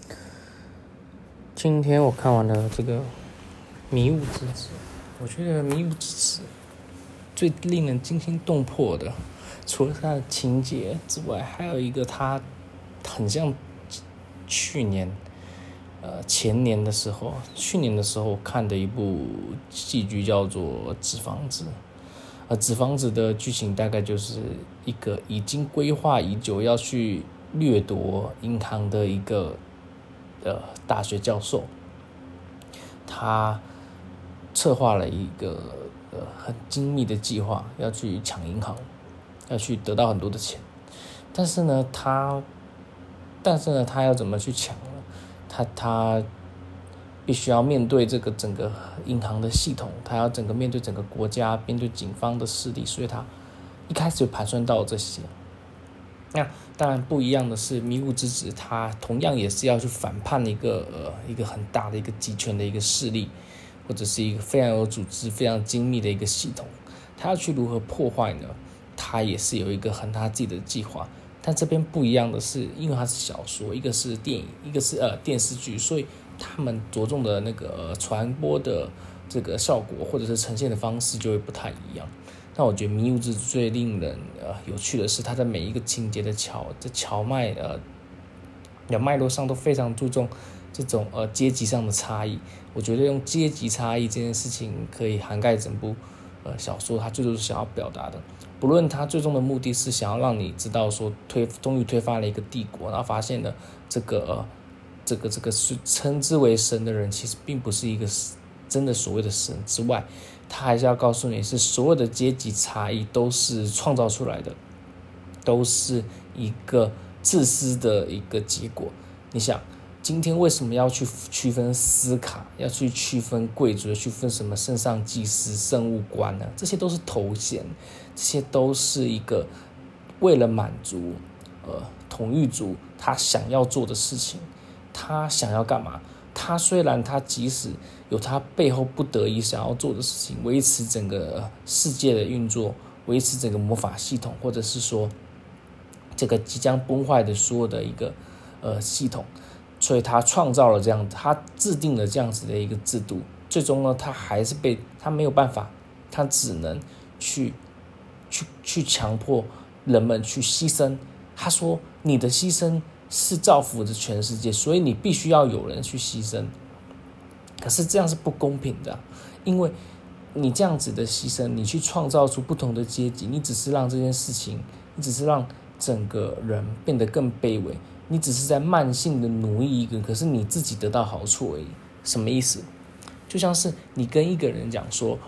今天我看完了这个《迷雾之子》，我觉得《迷雾之子》最令人惊心动魄的，除了它的情节之外，还有一个它很像去年前年的时候，去年的时候看的一部戏剧叫做《纸房子》。纸房子的剧情大概就是一个已经规划已久要去掠夺银行的一个大学教授，他策划了一个很精密的计划，要去抢银行，要去得到很多的钱。但是呢，他要怎么去抢呢？他必须要面对这个整个银行的系统，他要整个面对整个国家，面对警方的势力，所以他一开始就盘算到这些。那当然不一样的是，迷雾之子他同样也是要去反叛一个很大的一个集权的一个势力，或者是一个非常有组织、非常精密的一个系统。他要去如何破坏呢？他也是有一个很他自己的计划。但这边不一样的是，因为它是小说，一个是电影，一个是电视剧，所以他们着重的那个传播的这个效果或者是呈现的方式就会不太一样。那我觉得《迷雾之子》最令人有趣的是，它在每一个情节的桥脉脉络上都非常注重这种阶级上的差异。我觉得用阶级差异这件事情可以涵盖整部小说，它最终是想要表达的。不论它最终的目的是想要让你知道说终于推翻了一个帝国，然后发现了这个是称之为神的人其实并不是一个真的所谓的神之外，他还是要告诉你是所有的阶级差异都是创造出来的，都是一个自私的一个结果。你想今天为什么要去区分斯卡，要去区分贵族，区分什么圣上祭司、圣务官呢？这些都是头衔，这些都是一个为了满足统御族他想要做的事情。他想要干嘛？他虽然他即使有他背后不得已想要做的事情，维持整个世界的运作，维持整个魔法系统，或者是说这个即将崩坏的所有的一个系统，所以他创造了这样，他制定了这样子的一个制度。最终呢，他还是他没有办法，他只能去强迫人们去牺牲。他说：“你的牺牲是造福着全世界，所以你必须要有人去牺牲。”可是这样是不公平的，因为你这样子的牺牲，你去创造出不同的阶级，你只是让这件事情，你只是让整个人变得更卑微，你只是在慢性的奴役一个，可是你自己得到好处而已。什么意思？就像是你跟一个人讲说，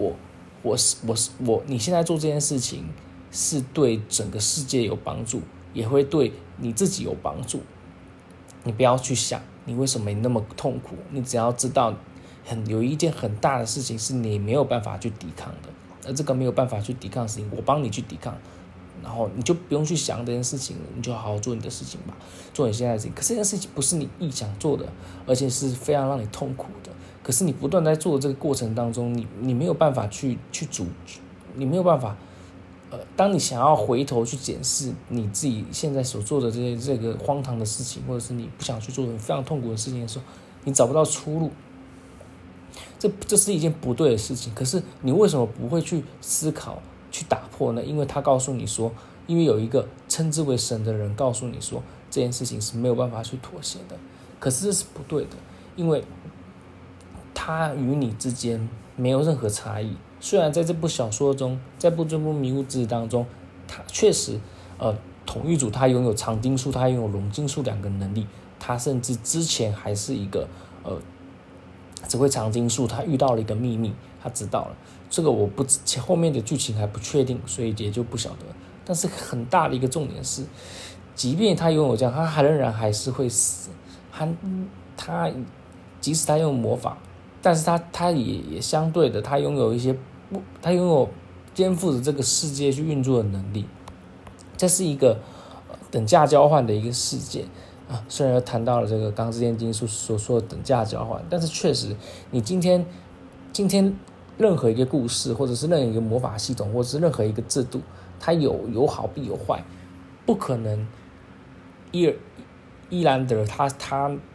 你现在做这件事情是对整个世界有帮助，也会对你自己有帮助。你不要去想你为什么那么痛苦，你只要知道有一件很大的事情是你没有办法去抵抗的，而这个没有办法去抵抗的事情，我帮你去抵抗，然后你就不用去想这件事情了，你就好好做你的事情吧，做你现在的事情。可是这件事情不是你意想做的，而且是非常让你痛苦的。可是你不断在做的这个过程当中，你没有办法你没有办法。当你想要回头去检视你自己现在所做的这个荒唐的事情，或者是你不想去做的非常痛苦的事情的时候，你找不到出路，这是一件不对的事情。可是你为什么不会去思考去打破呢？因为他告诉你说，因为有一个称之为神的人告诉你说这件事情是没有办法去妥协的。可是这是不对的，因为他与你之间没有任何差异。虽然在这部小说中，在这部迷雾之子当中，他确实统御组他拥有长金术，他拥有龙金术两个能力。他甚至之前还是一个只会长金术，他遇到了一个秘密，他知道了这个，我不后面的剧情还不确定，所以也就不晓得。但是很大的一个重点是，即便他拥有这样，他仍然还是会死。他即使他用魔法，但是他也相对的，他拥有肩负着这个世界去运作的能力。这是一个等价交换的一个世界啊。虽然谈到了这个钢之炼金术所说的等价交换，但是确实，你今天任何一个故事，或者是任何一个魔法系统，或者是任何一个制度，它有好必有坏，不可能伊兰德他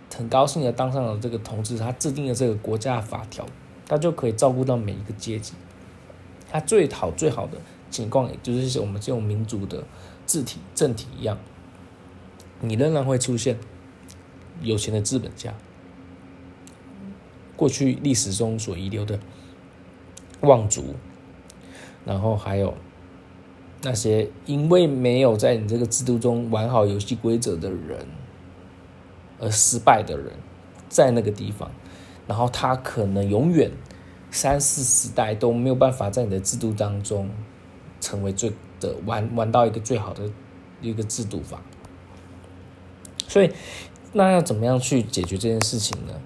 很高兴的当上了这个统治，他制定了这个国家的法条，他就可以照顾到每一个阶级。他最好的情况，也就是我们这种民主的政体一样，你仍然会出现有钱的资本家，过去历史中所遗留的望族，然后还有那些因为没有在你这个制度中玩好游戏规则的人而失败的人，在那个地方，然后他可能永远3-40代都没有办法在你的制度当中成为玩到一个最好的一个制度法。所以那要怎么样去解决这件事情呢？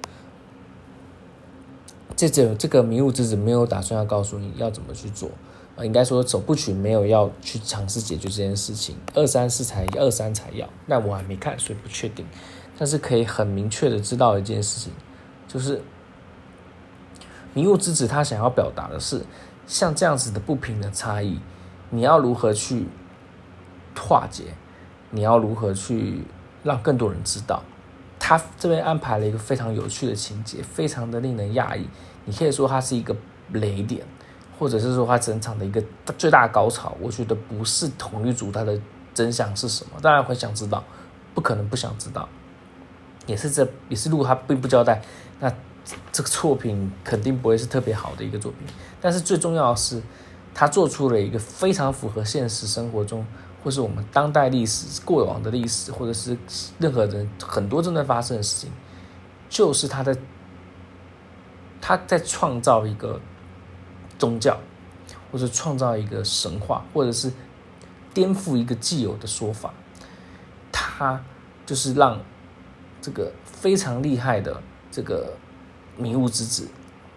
这个迷雾之子没有打算要告诉你要怎么去做，应该说首部曲没有要去尝试解决这件事情，2、3才要，那我还没看，所以不确定。但是可以很明确的知道一件事情，就是迷雾之子他想要表达的是，像这样子的不平等差异，你要如何去化解？你要如何去让更多人知道？他这边安排了一个非常有趣的情节，非常的令人讶异。你可以说它是一个雷点，或者是说它整场的一个最大高潮。我觉得不是统一组它的真相是什么，当然会想知道，不可能不想知道。也是如果他并不交代，那这个作品肯定不会是特别好的一个作品。但是最重要的是，他做出了一个非常符合现实生活中，或是我们当代历史、过往的历史，或者是任何人很多正在发生的事情，就是他在创造一个宗教，或者创造一个神话，或者是颠覆一个既有的说法。他就是让这个非常厉害的这个迷雾之子，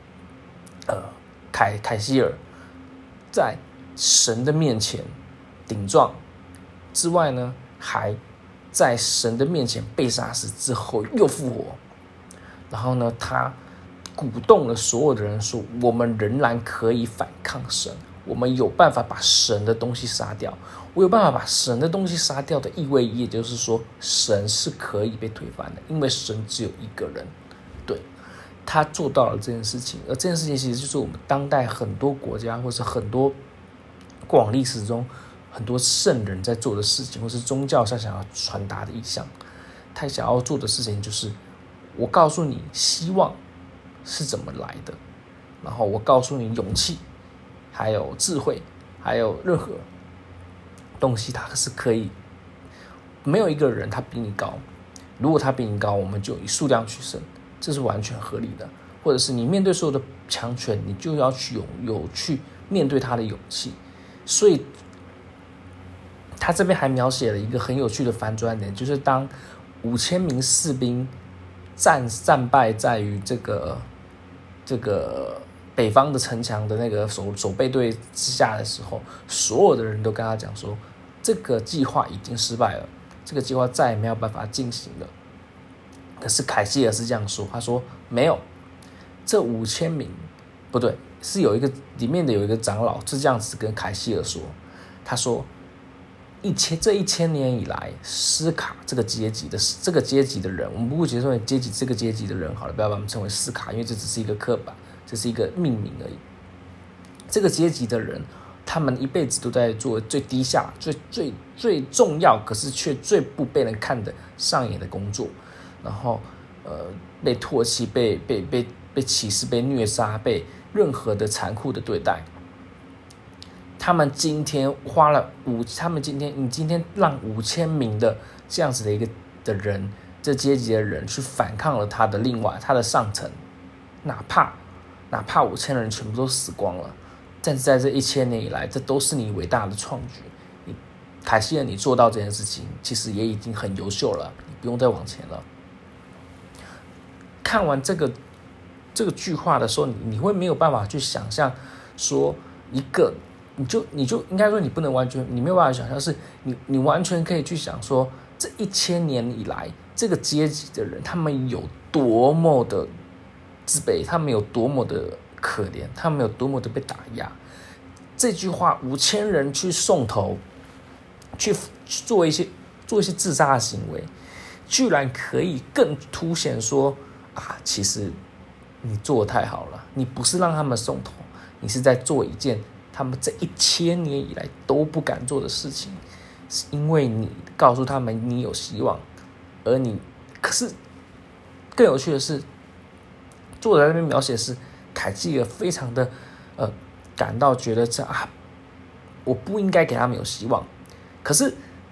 凯西尔，在神的面前顶撞之外呢，还在神的面前被杀死之后又复活。然后呢，他鼓动了所有的人说，我们仍然可以反抗神，我们有办法把神的东西杀掉。我有办法把神的东西杀掉的意味，也就是说神是可以被推翻的，因为神只有一个人。对，他做到了这件事情，而这件事情其实就是我们当代很多国家或是很多过往历史中很多圣人在做的事情，或是宗教上想要传达的意向。他想要做的事情就是，我告诉你希望是怎么来的，然后我告诉你勇气还有智慧还有任何东西它是可以，没有一个人他比你高，如果他比你高，我们就以数量取胜，这是完全合理的。或者是你面对所有的强权，你就要有去面对他的勇气。所以他这边还描写了一个很有趣的反转点，就是当5000名士兵战败在于这个北方的城墙的那个守备队之下的时候，所有的人都跟他讲说，这个计划已经失败了，这个计划再也没有办法进行了。可是凯西尔是这样说，他说没有，这5000名不对，是里面的有一个长老是这样子跟凯西尔说，他说这1000年以来，斯卡这个阶级的人，我们不解称为这个阶级的人好了，不要把他们称为斯卡，因为这只是一个刻板，这是一个命名而已。这个阶级的人，他们一辈子都在做最低下、最重要，可是却最不被人看的上演的工作，然后被唾弃、被歧视、被虐杀、被任何的残酷的对待。他们今天你今天让5000名的这样子的一个的人，这阶级的人去反抗了他的上层，哪怕5000人全部都死光了，但是在这1000年以来，这都是你伟大的创举。凯西尔，你做到这件事情，其实也已经很优秀了，你不用再往前了。看完这个句话的时候，你会没有办法去想象说一个。你就应该说，你不能完全，你没有办法想象，是你完全可以去想说，这1000年以来，这个阶级的人，他们有多么的自卑，他们有多么的可怜，他们有多么的被打压。这句话，5000人去送头，去做一些自杀的行为， 居然可以更凸显说其实你做得太好了，你不是让他们送头，你是在做一件他们这1000年以来都不敢做的事情，是因为你告诉他们你有希望，而你可是更有趣的是，作者在那边描写的是凯基尔非常的感到觉得我不应该给他们有希望，可是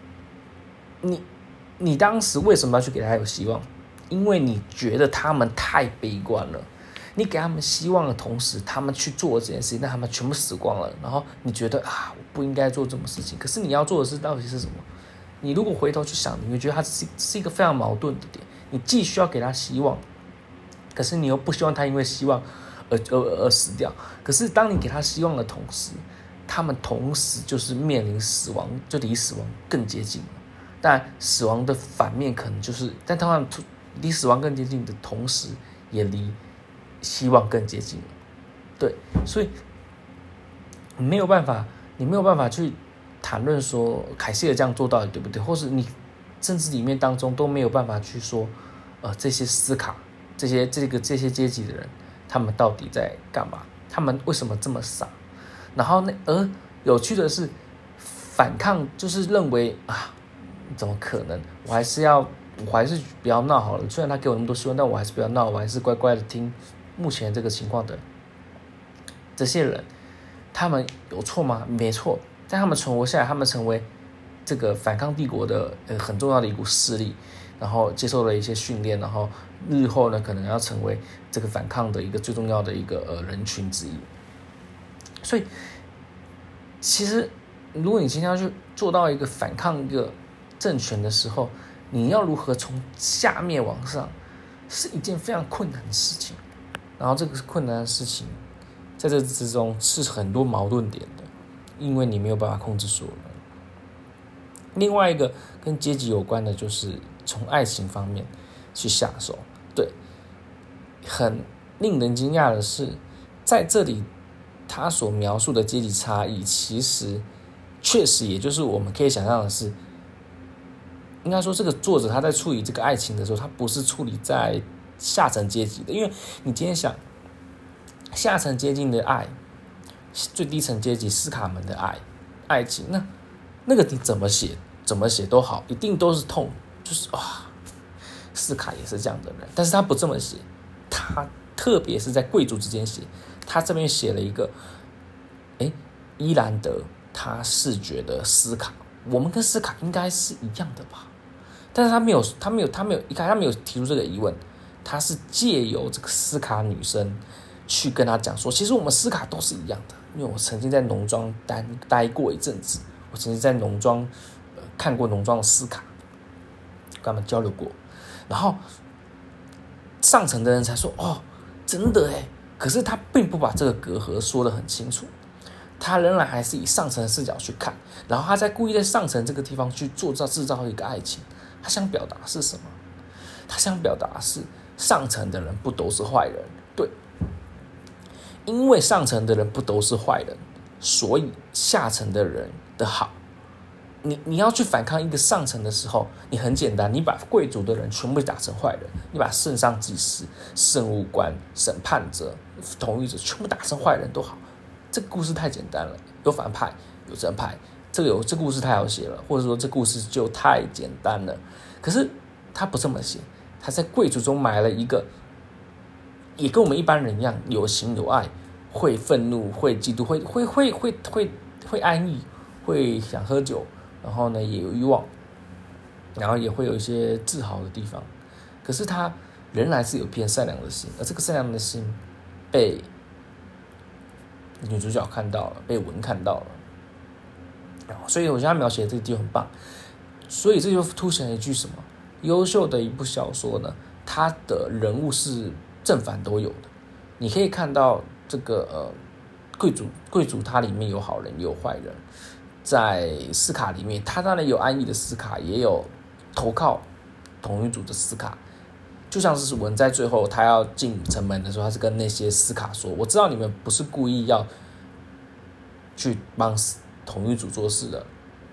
你当时为什么要去给他有希望？因为你觉得他们太悲观了，你给他们希望的同时，他们去做这件事情，但他们全部死光了，然后你觉得我不应该做这种事情，可是你要做的事到底是什么？你如果回头去想，你会觉得它是一个非常矛盾的点，你既需要给他希望，可是你又不希望他因为希望而死掉，可是当你给他希望的同时，他们同时就是面临死亡，就离死亡更接近了。但死亡的反面可能就是，但他们离死亡更接近的同时，也离希望更接近了。对，所以你没有办法去谈论说凯西尔这样做到底对不对，或是你甚至里面当中都没有办法去说，这些斯卡这些阶级的人，他们到底在干嘛？他们为什么这么傻？然后而有趣的是，反抗就是认为怎么可能？我还是不要闹好了。虽然他给我那么多希望，但我还是不要闹，我还是乖乖的听目前这个情况的这些人，他们有错吗？没错，但他们存活下来，他们成为这个反抗帝国的很重要的一股势力，然后接受了一些训练，然后日后呢可能要成为这个反抗的一个最重要的一个人群之一。所以其实如果你今天要去做到一个反抗一个政权的时候，你要如何从下面往上，是一件非常困难的事情。然后这个困难的事情在这之中是很多矛盾点的，因为你没有办法控制所有人。另外一个跟阶级有关的就是从爱情方面去下手。对，很令人惊讶的是，在这里他所描述的阶级差异，其实确实也就是我们可以想象的是，应该说这个作者他在处理这个爱情的时候，他不是处理在下层阶级的，因为你今天想下层阶级的爱，最低层阶级斯卡门的爱情，那个你怎么写都好，一定都是痛，就是斯卡也是这样的人，但是他不这么写，他特别是在贵族之间写，他这边写了一个，伊兰德他是觉得斯卡，我们跟斯卡应该是一样的吧，但是他没有一开始他没有提出这个疑问，他是借由这个斯卡女生去跟他讲说，其实我们斯卡都是一样的，因为我曾经在农庄待过一阵子，我曾经在农庄看过农庄的斯卡，跟他们交流过，然后上层的人才说真的耶，可是他并不把这个隔阂说得很清楚，他仍然还是以上层的视角去看，然后他在故意在上层这个地方去制造一个爱情，他想表达的是什么？他想表达的是上层的人不都是坏人，对，因为上层的人不都是坏人，所以下层的人的好。你要去反抗一个上层的时候，你很简单，你把贵族的人全部打成坏人，你把圣上祭司、圣务官、审判者、统御者全部打成坏人都好。这个故事太简单了，有反派有正派，这故事太好写了，或者说这故事就太简单了。可是他不这么写，他在贵族中埋了一个，也跟我们一般人一样，有情有爱，会愤怒，会嫉妒，会安逸，会想喝酒。然后呢，也有欲望，然后也会有一些自豪的地方，可是他仍然是有一片善良的心，而这个善良的心被女主角看到了，被文看到了，所以我觉得他描写的这个就很棒，所以这就凸显了一句什么？优秀的一部小说呢，它的人物是正反都有的，你可以看到这个贵族它里面有好人也有坏人。在斯卡里面，他当然有安逸的斯卡，也有投靠统御组的斯卡。就像是文在最后他要进城门的时候，他是跟那些斯卡说：“我知道你们不是故意要去帮统御组做事的，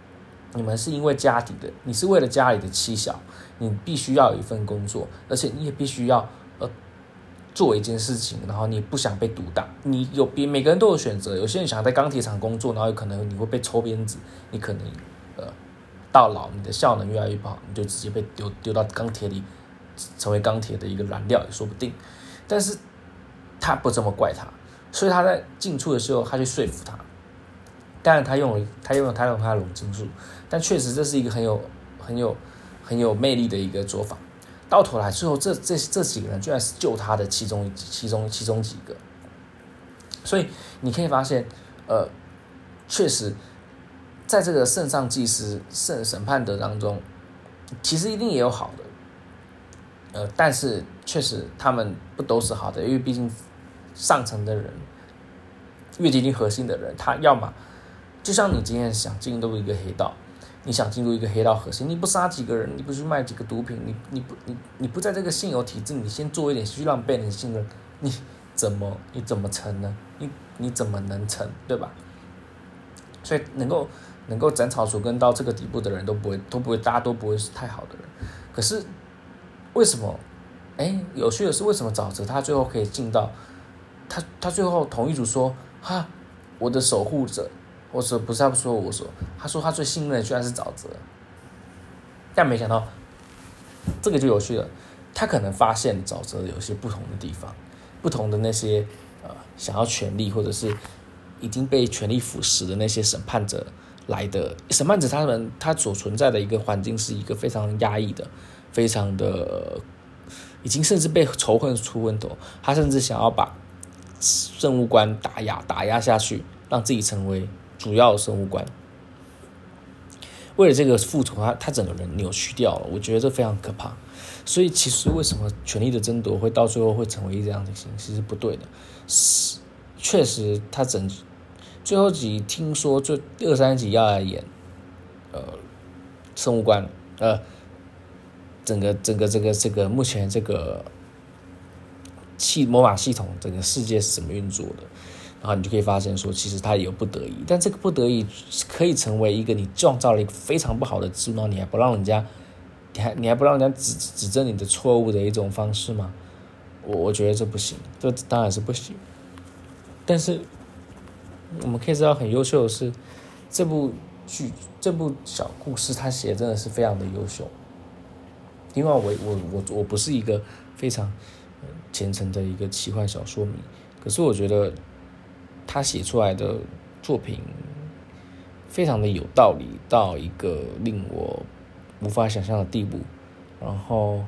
你们是因为你是为了家里的妻小，你必须要有一份工作，而且你也必须要做一件事情，然后你不想被毒打，每个人都有选择，有些人想在钢铁厂工作，然后有可能你会被抽鞭子，你可能到老你的效能越来越不好，你就直接被丢到钢铁里，成为钢铁的一个燃料也说不定。但是他不这么怪他，所以他在进出的时候，他去说服他。当然他用了他的龙金术，但确实这是一个很有魅力的一个做法。到头来，最后这几个人居然是救他的其中几个，所以你可以发现，确实，在这个圣上祭司审判的当中，其实一定也有好的，但是确实他们不都是好的，因为毕竟上层的人，越接近核心的人，他要么就像你今天想进入一个黑道。你想进入一个黑道核心，你不杀几个人，你不去卖几个毒品，你不在这个现有体制，你先做一点去让别人信任，你怎么成呢？你怎么能成，对吧？所以能够斩草除根到这个地步的人都不会，大家都不会是太好的人。可是为什么？有趣的是，为什么沼泽他最后可以进到他最后统一组说哈，我的守护者。我说不是，他不说我说，他说他最信任的居然是沼泽，但没想到这个就有趣了，他可能发现沼泽有些不同的地方，不同的那些想要权力或者是已经被权力腐蚀的那些审判者来的审判者，他所存在的一个环境是一个非常压抑的，非常的已经甚至被仇恨出风头，他甚至想要把政务官打压下去，让自己成为主要的生物官。为了这个复仇，他整个人扭曲掉了，我觉得这非常可怕。所以其实为什么权力的争夺会到最后会成为这样的形式是不对的。确实他最后集听说2、3集要来演生物官，整个这个目前这个魔法系统整个世界是怎么运作的。然后你就可以发现说，其实他也有不得已，但这个不得已可以成为一个你创造了一个非常不好的制度，然后你还不让人家指正你的错误的一种方式吗？我觉得这不行，这当然是不行。但是我们可以知道，很优秀的是这部小故事，他写的真的是非常的优秀。因为我不是一个非常虔诚的一个奇幻小说迷，可是我觉得他写出来的作品非常的有道理，到一个令我无法想象的地步。然后，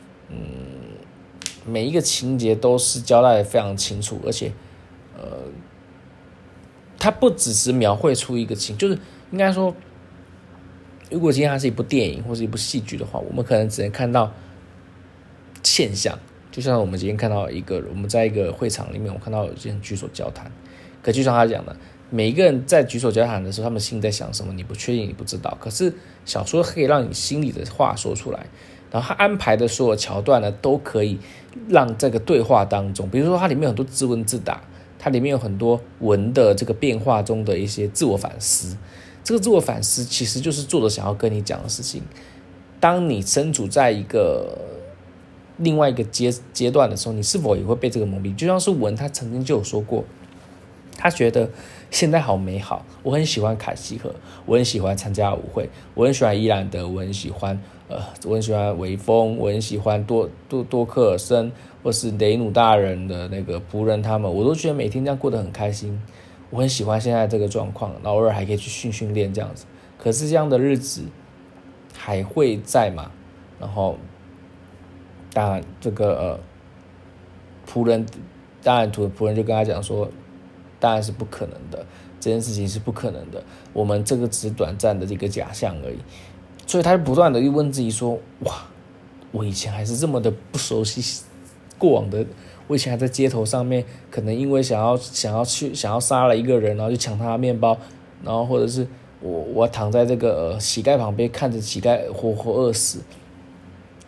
每一个情节都是交代的非常清楚，而且，他不只是描绘出一个就是应该说，如果今天它是一部电影或是一部戏剧的话，我们可能只能看到现象。就像我们今天看到我们在一个会场里面，我看到有些人举手交谈。可就像他讲的，每一个人在举手交谈的时候，他们心里在想什么，你不确定，你不知道。可是小说可以让你心里的话说出来，然后他安排的所有桥段呢，都可以让这个对话当中，比如说它里面有很多自问自答，它里面有很多文的这个变化中的一些自我反思。这个自我反思其实就是作者想要跟你讲的事情。当你身处在另外一个阶段的时候，你是否也会被这个蒙蔽？就像是文他曾经就有说过，他觉得现在好美好，我很喜欢凯西河，我很喜欢参加舞会，我很喜欢伊兰德，我很喜欢微风，我很喜欢多克尔森或是雷努大人的那个仆人，他们我都觉得每天这样过得很开心。我很喜欢现在这个状况，然后偶尔还可以去训练这样子。可是这样的日子还会在吗？然后当然这个仆人就跟他讲说，当然是不可能的，这件事情是不可能的，我们这个只是短暂的一个假象而已。所以他就不断的问自己说，哇，我以前还是这么的不熟悉过往的，我以前还在街头上面，可能因为想要杀了一个人，然后就抢他的面包，然后或者是我躺在这个乞丐旁边看着乞丐活饿死，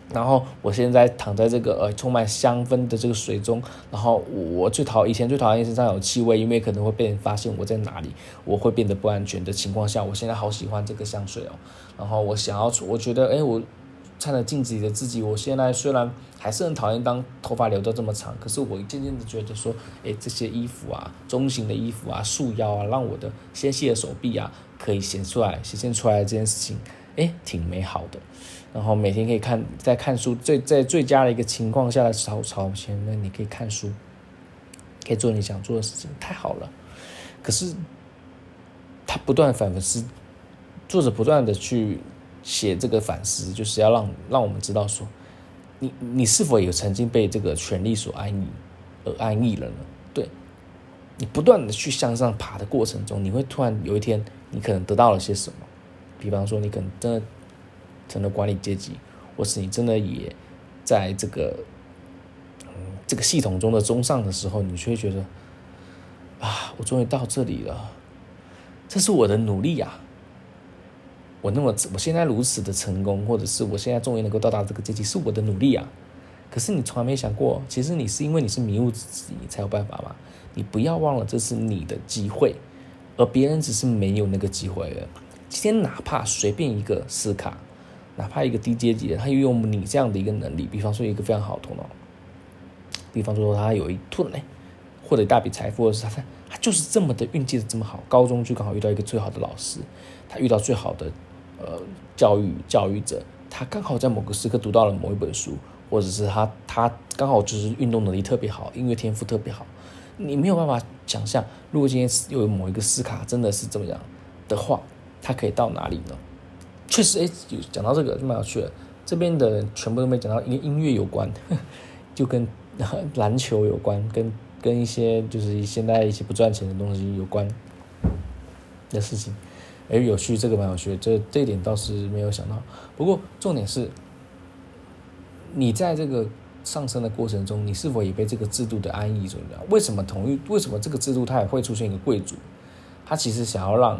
然后我现在躺在这个充满香氛的这个水中，然后我以前最讨厌身上有气味，因为可能会被人发现我在哪里，我会变得不安全的情况下，我现在好喜欢这个香水哦。然后我觉得我看着镜子里的自己，我现在虽然还是很讨厌当头发留到这么长，可是我渐渐的觉得说，这些衣服啊，中型的衣服啊，束腰啊，让我的纤细的手臂啊，可以显现出来这件事情，挺美好的。然后每天可以在看书，在最佳的一个情况下的朝前，那你可以看书，可以做你想做的事情，太好了。可是他不断反思，作者不断的去写这个反思，就是要让我们知道说，你是否有曾经被这个权力所安逸了呢？对，你不断的去向上爬的过程中，你会突然有一天，你可能得到了些什么，比方说你可能真的成了管理阶级，或是你真的也在这个系统中的中上的时候，你就会觉得我终于到这里了，这是我的努力啊！我现在如此的成功，或者是我现在终于能够到达这个阶级，是我的努力啊！可是你从来没想过，其实你是因为你是迷雾之子，你才有办法嘛？你不要忘了，这是你的机会，而别人只是没有那个机会了。今天哪怕随便一个斯卡，哪怕一个低阶级的，他拥有你这样的一个能力，比方说一个非常好的头脑，比方说他有一盾获得一大笔财富，或者是他就是这么的运气的这么好，高中就刚好遇到一个最好的老师，他遇到最好的教育者，他刚好在某个时刻读到了某一本书，或者是他刚好就是运动能力特别好，音乐天赋特别好，你没有办法想象，如果今天有某一个斯卡真的是这么样的话，他可以到哪里呢？确实，讲到这个就蛮有趣的，这边的人全部都没讲到音乐有关，就跟篮球有关，跟一些就是现在一些不赚钱的东西有关的事情。有趣，这个蛮有趣的，这一点倒是没有想到。不过重点是，你在这个上升的过程中，你是否也被这个制度的安逸所影响？为什么这个制度它也会出现一个贵族？他其实想要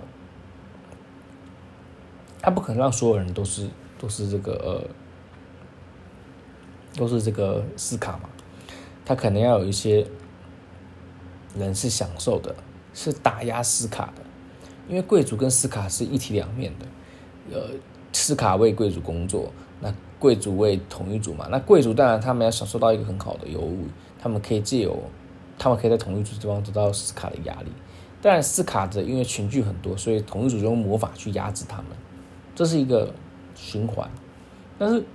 他不可能让所有人都是这个斯卡嘛，他可能要有一些人是享受的，是打压斯卡的。因为贵族跟斯卡是一体两面的，斯卡为贵族工作，那贵族为统一族嘛。那贵族当然他们要享受到一个很好的优遇，他们可以在统一族地方得到斯卡的压力。当然斯卡的因为群聚很多，所以统一族就用魔法去压制他们，这是一个循环。但是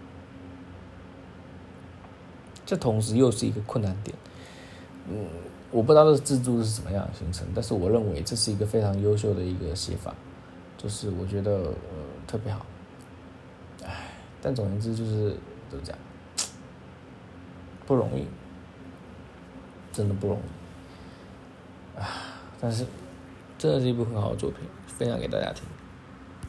这同时又是一个困难点。我不知道这个制度是怎么样形成，但是我认为这是一个非常优秀的一个写法，就是我觉得特别好。但总而言之就是怎么讲，不容易，真的不容易。但是真的是一部很好的作品，分享给大家听。